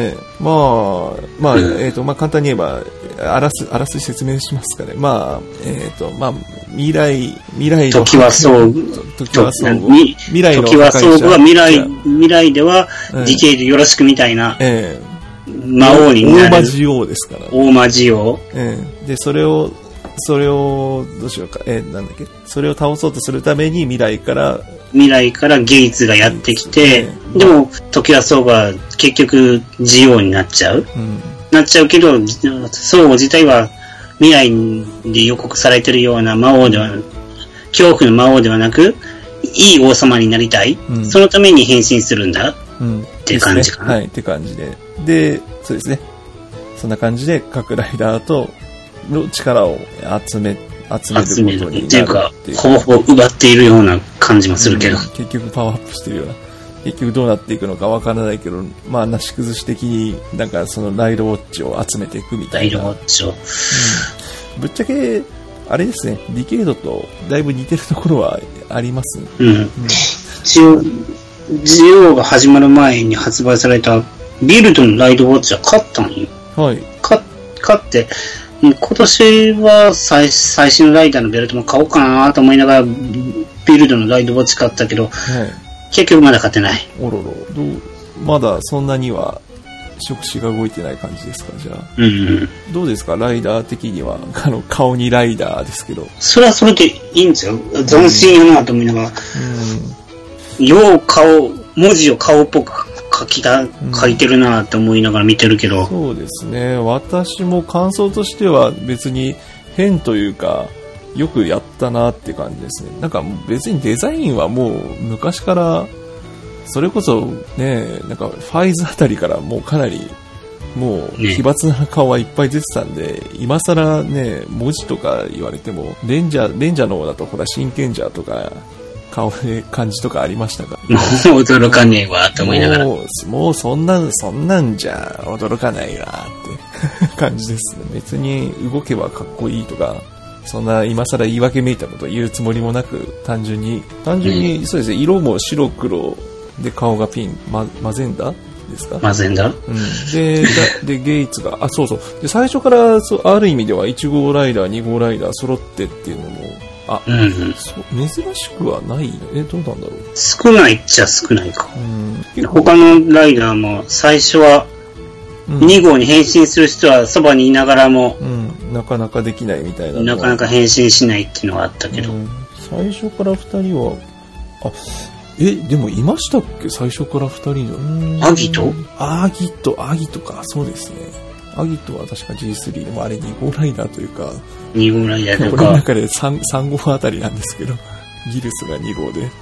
簡単に言えば、あらすじ説明しますかね。未来のトキワ荘具は未来ではディケイでよろしくみたいな魔王になる。 大魔ジオですから。 大魔ジオ。 で、それをどうしようか。それを倒そうとするために未来からゲイツがやってきて、 でも、時はそうが結局自由になっちゃう。なっちゃうけど、そう自体は未来で予告されてるような魔王では、恐怖の魔王ではなく、いい王様になりたい。そのために変身するんだ。っていう感じかな。 はい、って感じで。で、そうですね。そんな感じで各ライダーとの力を集めることになるっていうか、ほぼほぼ奪っているような感じもするけど。 結局パワーアップしてるような。結局どうなっていくのかわからないけど、まあ、なし崩し的に、なんかそのライドウォッチを集めていくみたいな。 ライドウォッチを。 ぶっちゃけ、あれですね、ディケイドとだいぶ似てるところはありますね。 一応、ジオが始まる前に発売されたビルドのライドウォッチは買ったんよ。 はい。 買って、今年は最新のライダーのベルトも買おうかなと思いながら、ビルドのライドウォッチ買ったけど、結局まだ買ってない。 おろろ。まだそんなには触手が動いてない感じですか、じゃあ。どうですか、ライダー的には。顔にライダーですけど。 それはそれでいいんですよ。斬新やなと思いながら。よう文字を顔っぽく書いてるなって思いながら見てるけど。 そうですね。私も感想としては別に変というか、よくやったなって感じですね。なんか別にデザインはもう昔から、それこそね、なんかファイズあたりからもうかなり、もう奇抜な顔はいっぱい出てたんで、今更ね、文字とか言われても、レンジャーの方だとほら、真剣ジャーとか、顔で感じとかありましたか？ もう驚かねえわと思いながら。 もうそんなんじゃ驚かないわって感じですね。別に動けばかっこいいとか、そんな今更言い訳めいたこと言うつもりもなく、単純に、そうですね、色も白黒で顔がピン、マゼンダですか？ マゼンダ？ で、ゲイツが、そうそう。で、最初から、ある意味では1号ライダー、2号ライダー揃ってっていうのも、珍しくはないの？どうなんだろう。 少ないっちゃ少ないか。他のライダーも最初は、2号に変身する人はそばにいながらも、 なかなかできないみたいな。 なかなか変身しないっていうのがあったけど。 最初から2人は、でもいましたっけ？最初から2人の。 アギトか、そうですね。アギトは確か G3 でもあれ2号ライダーというか、 2号ライダーとか。 俺の中で 3号あたりなんですけど、ギルスが2号で。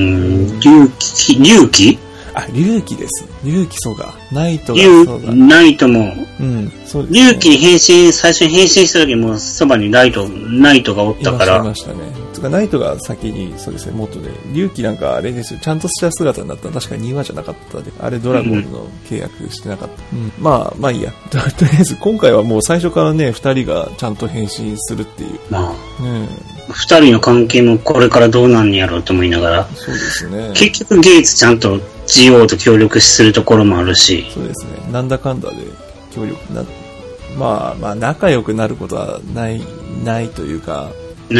龍騎龍騎です。龍騎そうだ。ナイトがそうだ。 ナイトも、 そうですね。 龍騎に最初に変身した時もそばにナイトがおったから。 いましたね。ナイトが先に、そうですね、元で。龍騎なんかあれですよ、ちゃんとした姿になったら確か2話じゃなかったで、あれドラゴンの契約してなかった。まあいいや。とりあえず今回はもう最初からね、2人がちゃんと変身するっていう。 2人の関係もこれからどうなんやろうと思いながら。 そうですね。 結局ゲイツちゃんと GO と協力するところもあるし。 そうですね。なんだかんだで協力まあ仲良くなることはないというか。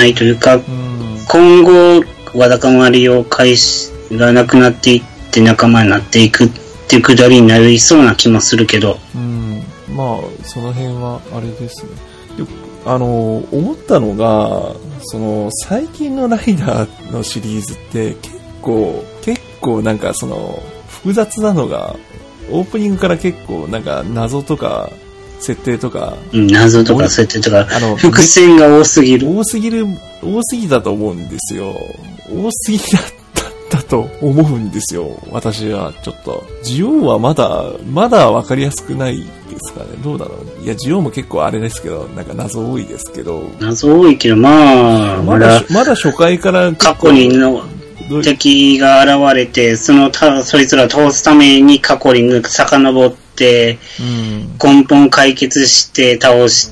今後わだかまりをがなくなっていって仲間になっていくっていうくだりになりそうな気もするけど。 まあその辺はあれですね。思ったのが、最近のライダーのシリーズって結構なんか複雑なのが、オープニングから結構なんか謎とか設定とか。 謎とか設定とか、伏線が多すぎる。 多すぎだと思うんですよ。多すぎだと思うんですよ。私はちょっと。ジオはまだわかりやすくないですかね。どうだろう。いや、ジオも結構あれですけど、なんか謎多いですけど。 謎多いけど、まだ初回から過去にの敵が現れて、そいつらを通すために過去に遡って、根本解決して倒して、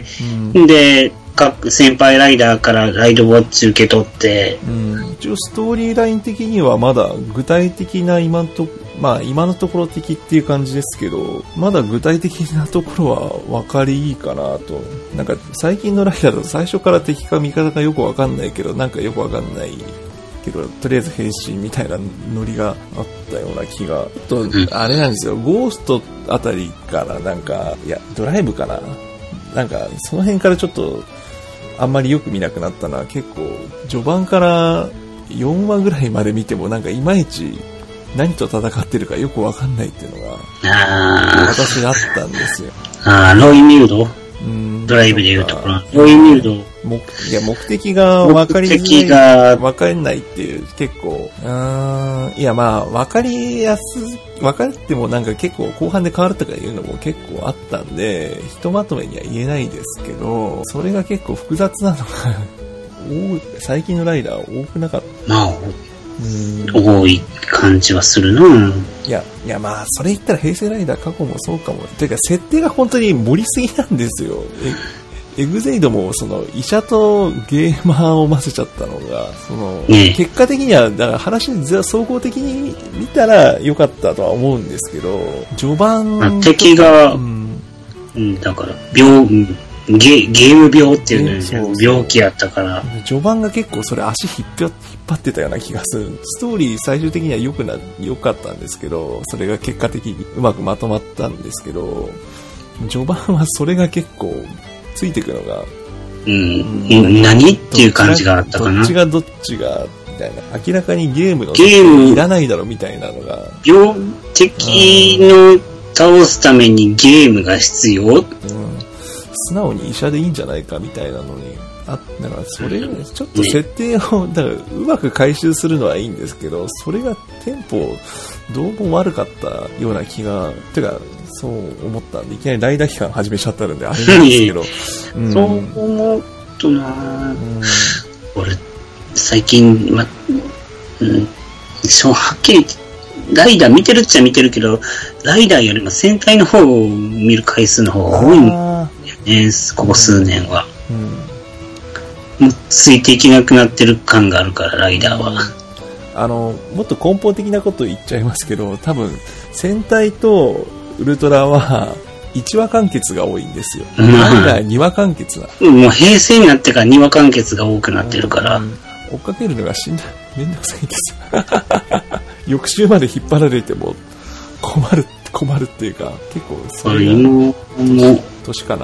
で、各先輩ライダーからライドウォッチ受け取って、 一応ストーリーライン的にはまだ具体的な今のところ的っていう感じですけど、まだ具体的なところは分かりいいかなと。なんか最近のライダーだと最初から敵か味方かよく分かんないけど、なんかよく分かんないけど、とりあえず変身みたいなノリがあったような気が。あれなんですよ、ゴーストあたりからなんか、いや、ドライブかな。なんかその辺からちょっとあんまりよく見なくなったのは、結構序盤から4話ぐらいまで見てもなんかいまいち何と戦ってるかよくわかんないっていうのが、私あったんですよ。 ロイミュードドライブで言うところ。ロイミュード。 目的が分かりづらい。分かんないっていう、結構、いやまあ、分かってもなんか結構後半で変わるとかいうのも結構あったんで、ひとまとめには言えないですけど、それが結構複雑なのが、最近のライダー多くなかった。 まあ、多い感じはするな。 いやまあ、それ言ったら平成ライダー過去もそうかも。てか、設定が本当に盛りすぎなんですよ。エグゼイドもその医者とゲーマーを混ぜちゃったのが、結果的にはだから話総合的に見たら良かったとは思うんですけど、序盤敵が、だからゲーム病っていうの病気やったから、 序盤が結構それ足引っ張ってたような気がする。ストーリー最終的には良かったんですけど、それが結果的にうまくまとまったんですけど、序盤はそれが結構ついてくのが、 何っていう感じがあったかな。 どっちがみたいな、明らかにゲームいらないだろみたいなのが、 敵の倒すためにゲームが必要、 素直に医者でいいんじゃないかみたいなのにだからそれちょっと設定をだからうまく回収するのはいいんですけど、それがテンポどうも悪かったような気が、てかそう思ったんで、いきなりライダー期間始めちゃったのであれなんですけど、 そう思うとな、俺最近はっきりライダー見てるっちゃ見てるけど、ライダーよりも戦隊の方を見る回数の方が多いんだよね、ここ数年は。もうついていけなくなってる感があるから、ライダーは。 もっと根本的なこと言っちゃいますけど、多分戦隊とウルトラは1話完結が多いんですよ。ライダー2話完結な。 もう平成になってから2話完結が多くなってるから。 追っかけるのがめんどくさいんですよ。翌週まで引っ張られても困るっていうか、結構それが年かな。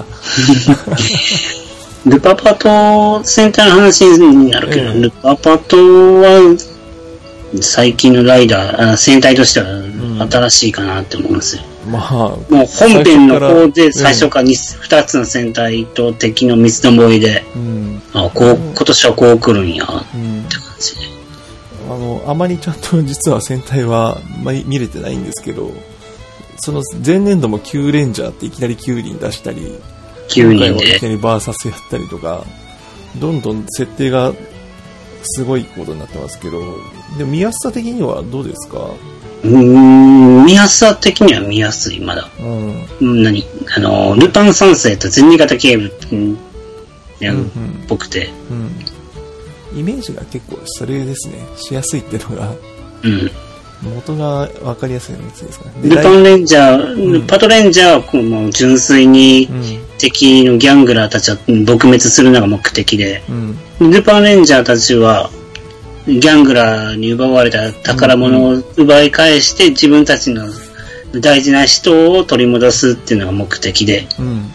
ルパパと戦隊の話になるけど、ルパパとは最近のライダー、戦隊としては新しいかなって思いますよ。もう本編の方で最初から2つの戦隊と敵の三つどもえで、今年はこう来るんやって感じで。 あまりちゃんと実は戦隊は見れてないんですけど、その前年度も9レンジャーっていきなり9人出したり、 9人でいきなりバーサスやったりとか、どんどん設定がすごいことになってますけど、でも見やすさ的にはどうですか？ 見やすさ的には見やすい、まだ。ルパン三世と銭形警部っぽくて、 イメージが結構それですね、しやすいっていうのが、元が分かりやすいやつですかね。 ルパンレンジャー、パトレンジャーはもう純粋に敵のギャングラーたちは撲滅するのが目的で、ルパンレンジャーたちはギャングラーに奪われた宝物を奪い返して自分たちの大事な人を取り戻すっていうのが目的で、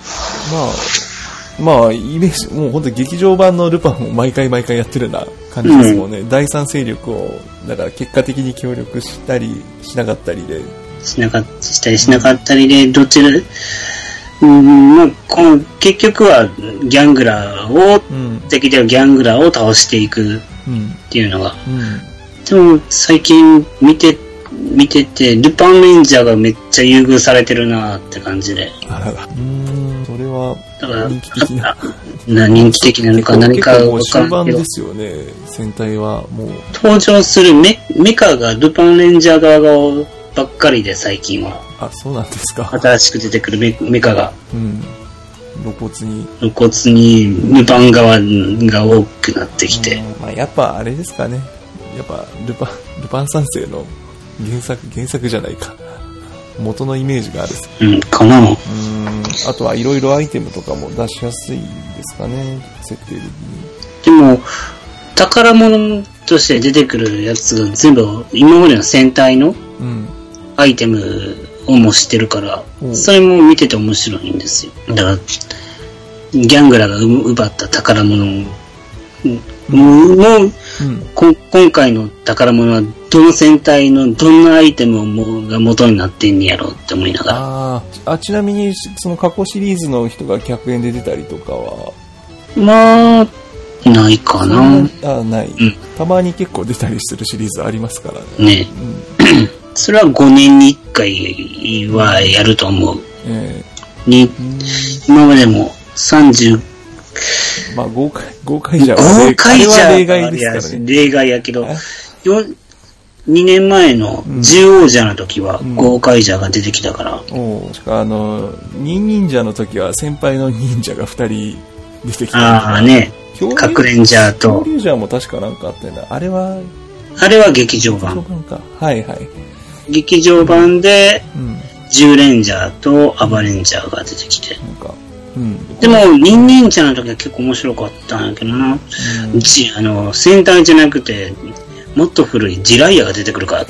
まあイメージもう本当に劇場版のルパンを毎回やってるような感じですもんね。第三勢力をだから結果的に協力したりしなかったりでしたりしなかったりで、どちら結局はギャングラーを、敵ではギャングラーを倒していくっていうのが、でも最近見ててルパンレンジャーがめっちゃ優遇されてるなって感じで、 それは人気的人気的なのか何かもう終盤ですよね。戦隊はもう登場するメカがルパンレンジャー側ばっかりで、最近は。 そうなんですか。 新しく出てくるメカが、 露骨にルパン側が多くなってきて、 やっぱあれですかね。やっぱルパン三世の原作じゃないか、元のイメージがある。 かな。 あとはいろいろアイテムとかも出しやすいですかね、設定的に。 でも宝物として出てくるやつが全部今までの戦隊のアイテムを模してるから、それも見てて面白いんですよ。だからギャングラが奪った宝物も、今回の宝物はどの戦隊のどんなアイテムが元になってんねやろって思いながら。ちなみに、その過去シリーズの人が100円で出たりとかはまあ、ないかな。 ない、うん。たまに結構出たりするシリーズありますからね。ね、うん、それは5年に1回はやると思う。今までも30、 まあ豪快じゃ例外ですからね。 例外やけど、2年前の10王者の時は豪快者が出てきたから。 忍忍者の時は先輩の忍者が2人出てきた。 ああね。核レンジャーと。 恐竜ジャーも確かなんかあってんだ。あれは劇場版。 はいはい。 劇場版で、10レンジャーとアバレンジャーが出てきて。でも、忍忍者の時は結構面白かったんやけどな。戦隊じゃなくて、もっと古いジライアが出てくるからって。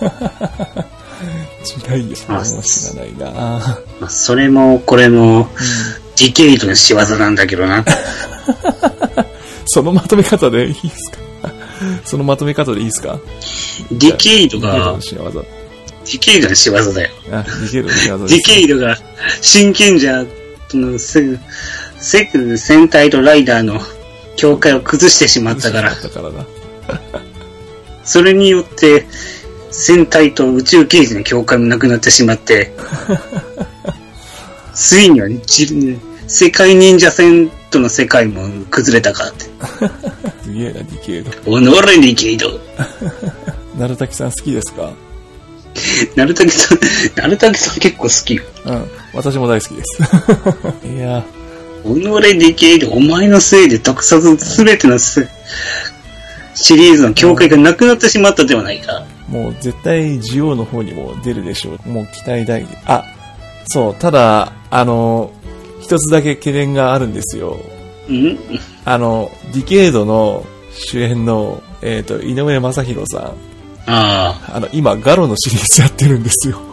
ジライアは知らないな。 まあ、それも、これも、ディケイドの仕業なんだけどな。 そのまとめ方でいいですか？そのまとめ方でいいですか？ ディケイドが、ディケイドの仕業だよ。 ディケイドの仕業です、ね。 ディケイドが、真剣者の戦隊とライダーの境界を崩してしまったから。それによって、戦隊と宇宙刑事の境界もなくなってしまって、ついには、世界忍者戦との世界も崩れたかって。 すげえな、ディケイド。 おのれディケイド。 なるたきさん好きですか？ なるたきさん結構好きよ。 私も大好きです。いや。 おのれディケイド、お前のせいで特撮すべてのシリーズの境界がなくなってしまったではないか。 もう絶対ジオの方にも出るでしょう。もう期待大。そう、ただ、一つだけ懸念があるんですよ。ディケイドの主演の、井上正宏さん。今、ガロのシリーズやってるんですよ。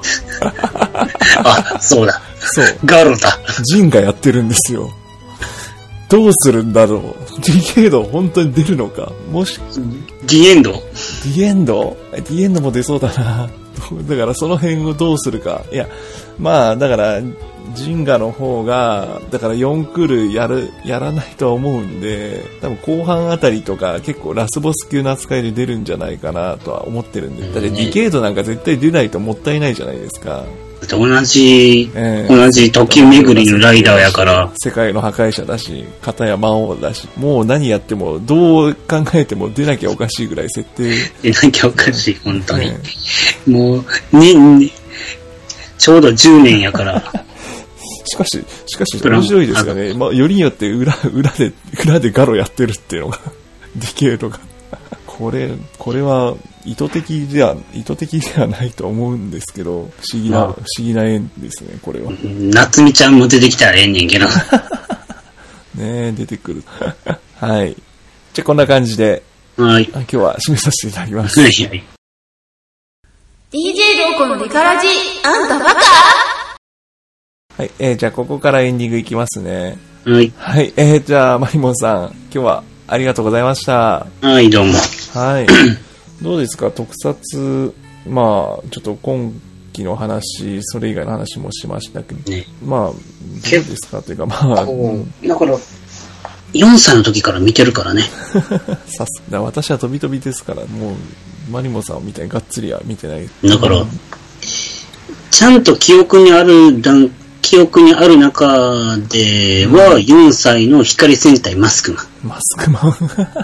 そうだ。 そう。 ガロだ。 ジンがやってるんですよ。どうするんだろう。ディケイド本当に出るのか。もし、 ディエンドも出そうだな。だからその辺をどうするか。いや、まあ、だから、ジンガの方が、だから4クールやらないとは思うんで、多分後半あたりとか結構ラスボス級の扱いで出るんじゃないかなとは思ってるんで。だってディケイドなんか絶対出ないともったいないじゃないですか。 同じ時巡りのライダーやから。 世界の破壊者だし、片や魔王だし、もう何やっても、どう考えても出なきゃおかしいぐらい設定。 出なきゃおかしい、本当に。もう、ちょうど10年やから。 しかし面白いですよね。まあ、よりによって裏でガロやってるっていうのが、ディケイドが。これは意図的ではないと思うんですけど、不思議な縁ですね、これは。 夏美ちゃんも出てきたらええねんけど。 ねえ、出てくる。はい。じゃあこんな感じで、 はい。 今日は締めさせていただきます。 はいはい。 DJ ローコのリカラジ、あんたバカ？ はい、じゃあここからエンディングいきますね。 はい。 はい、じゃあマリモンさん、今日はありがとうございました。 はい、どうも。 はい。どうですか、特撮、まあ、ちょっと今期の話、それ以外の話もしましたけど、ね、まあ、どうですかというか、まあ。 だから、4歳の時から見てるからね。 さすが、私は飛び飛びですから、もう、マリモさんみたいにがっつりは見てない。 だから、ちゃんと記憶にある中では、4歳の光戦士対マスクマン。 マスクマン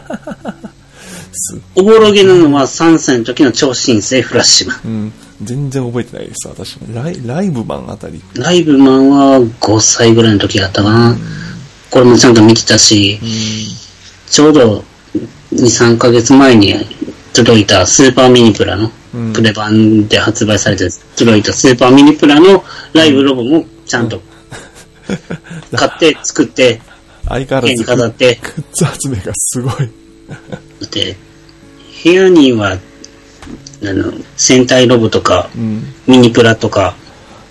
おぼろげなのは3歳の時の超新星フラッシュマン。 全然覚えてないです、私。ライブマンあたり。 ライブマンは5歳ぐらいの時だったかな。これもちゃんと見てたし、ちょうど2、3ヶ月前に届いたスーパーミニプラの、プレ版で発売されて届いたスーパーミニプラのライブロボもちゃんと買って作って、 相変わらず飾って、 グッズ集めがすごい。 で、部屋には戦隊ロボとか、ミニプラとか、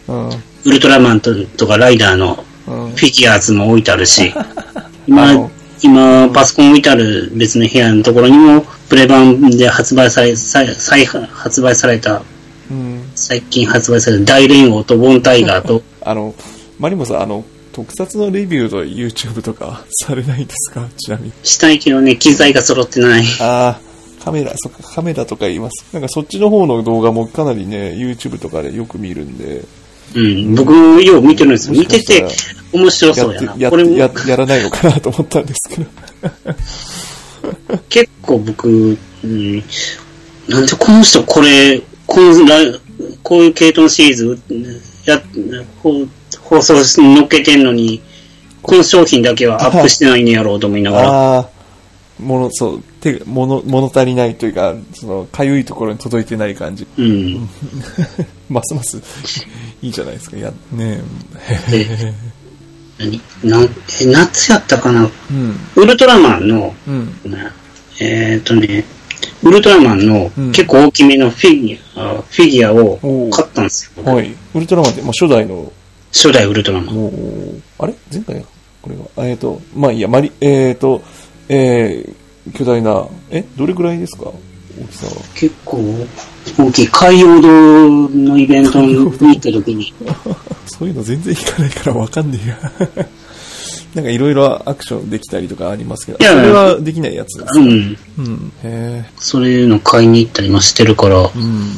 ウルトラマンとかライダーのフィギュアーズも置いてあるし、今今、パソコン置いてある別の部屋のところにも、プレ版で再発売された、最近発売された大連王とボンタイガーと。 マリモさん、特撮のレビューと YouTube とかされないんですか？ちなみに。 したいけどね、機材が揃ってない。 ああ、カメラとか言います。なんかそっちの方の動画もかなりね、YouTube とかでよく見るんで。 うん、僕もよう見てるんですよ。見てて面白そうやな。 これもやらないのかなと思ったんですけど。結構僕、なんでこの人こういう系統のシリーズ放送乗っけてんのに、この商品だけはアップしてないんやろうと思いながら。 物足りないというか、かゆいところに届いてない感じ。ますますいいじゃないですか。ね夏やったかな、ウルトラマンの、ウルトラマンの結構大きめのフィギュアを買ったんですよ。 はい。ウルトラマンって、初代ウルトラマン。 あれ前回これは。まあいいや、巨大な、どれぐらいですか？大きさは。 結構大きい。海洋堂のイベントに行った時に。 そういうの全然行かないからわかんねえや。なんかいろいろアクションできたりとかありますけど、それはできないやつですか？ そういうの買いに行ったりもしてるから。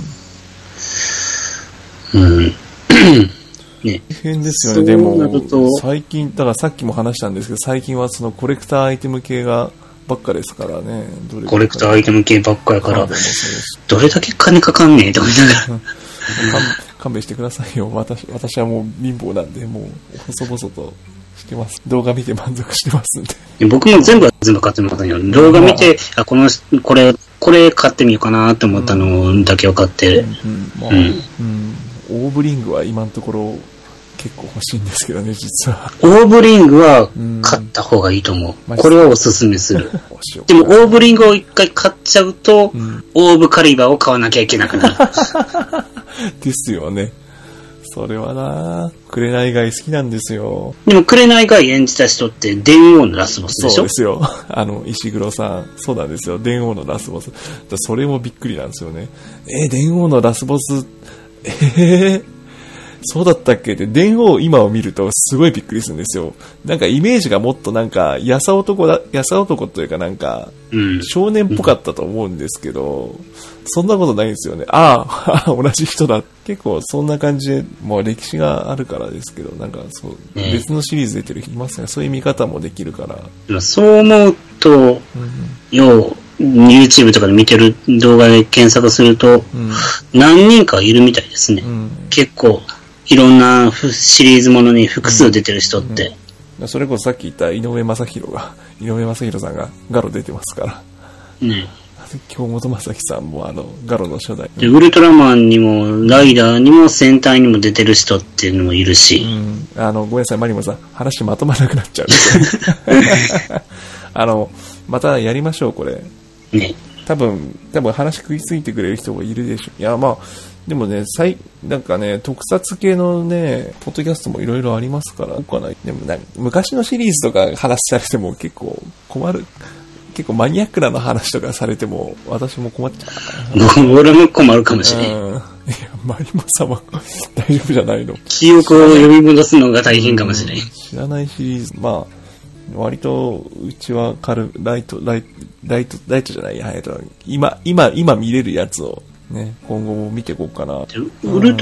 ね、大変ですよね。でも最近だからさっきも話したんですけど、最近はそのコレクターアイテム系がばっかですからね。 コレクターアイテム系ばっかやから、どれだけ金かかんねえと思いながら。 勘弁してくださいよ。私はもう貧乏なんで、もう細々としてます。動画見て満足してますんで。 僕も全部買ってますよ。動画見て、これ買ってみようかなと思ったのだけを買って。 オーブリングは今のところ結構欲しいんですけどね、実は。 オーブリングは買った方がいいと思う。これはおすすめする。でもオーブリングを一回買っちゃうと、オーブカリバーを買わなきゃいけなくなる。 ですよね。それはな、紅貝好きなんですよ。 でも紅貝演じた人って電王のラスボスでしょ？ そうですよ。石黒さん。そうなんですよ。電王のラスボス。それもびっくりなんですよね。電王のラスボス、そうだったっけって、電王今を見るとすごいびっくりするんですよ。なんかイメージがもっとなんか、やさ男というかなんか、少年っぽかったと思うんですけど、そんなことないんですよね。同じ人だ。結構そんな感じで、もう歴史があるからですけど、なんかそう、別のシリーズ出てる人いますね。そういう見方もできるから。 そう思うと、YouTube とかで見てる動画で検索すると、何人かいるみたいですね。結構、いろんなシリーズものに複数出てる人って。 それこそさっき言った井上正宏さんがガロ出てますから。京本正樹さんもガロの初代。 で、ウルトラマンにも、ライダーにも、戦隊にも出てる人っていうのもいるし。 ごめんなさい、マリモさん。話まとまらなくなっちゃう。またやりましょう、これ。多分話食いついてくれる人もいるでしょう。いや、まあ、でもね、なんかね、特撮系のね、ポッドキャストもいろいろありますから、でも昔のシリーズとか話されても結構困る。結構マニアックなの話とかされても、私も困っちゃう。俺も困るかもしれん。いや、マリモさんは大丈夫じゃないの？ 記憶を呼び戻すのが大変かもしれん。 知らないシリーズ、まあ、割と、うちはライトじゃないや、今見れるやつをね、今後も見ていこうかな。 ウルト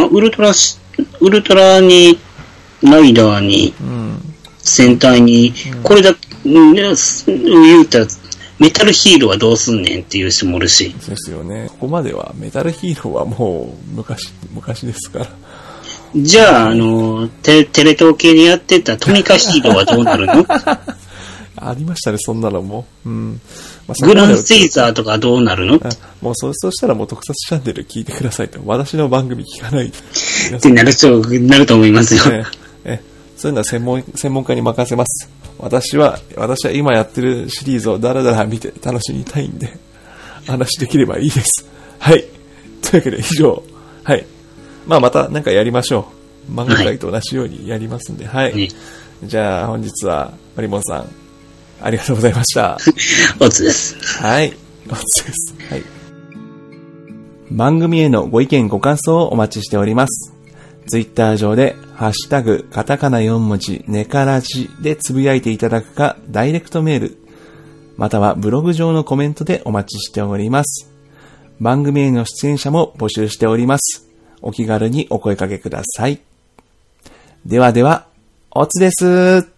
ラに、ライダーに、戦隊に、これだけ、言うたら、メタルヒーローはどうすんねんっていう人もおるし。 ですよね。ここまでは、メタルヒーローはもう、昔ですから。 じゃあ、テレ東系でやってたトミカヒーローはどうなるの？ ありましたね、そんなのも。 グランセイザーとかどうなるの？ もうそうしたらもう特撮チャンネル聞いてくださいと。私の番組聞かないで。ってなると思いますよ。 そういうのは専門家に任せます。私は今やってるシリーズをだらだら見て楽しみたいんで、話できればいいです。はい。というわけで以上。はい。またなんかやりましょう。漫画界と同じようにやりますんで。はい。じゃあ本日はマリモンさん、 ありがとうございました。 おつです。 はい。おつです。はい。番組へのご意見ご感想をお待ちしております。ツイッター上で、ハッシュタグ、カタカナ4文字、ネカラジでつぶやいていただくか、ダイレクトメール、またはブログ上のコメントでお待ちしております。番組への出演者も募集しております。お気軽にお声掛けください。ではでは、おつです。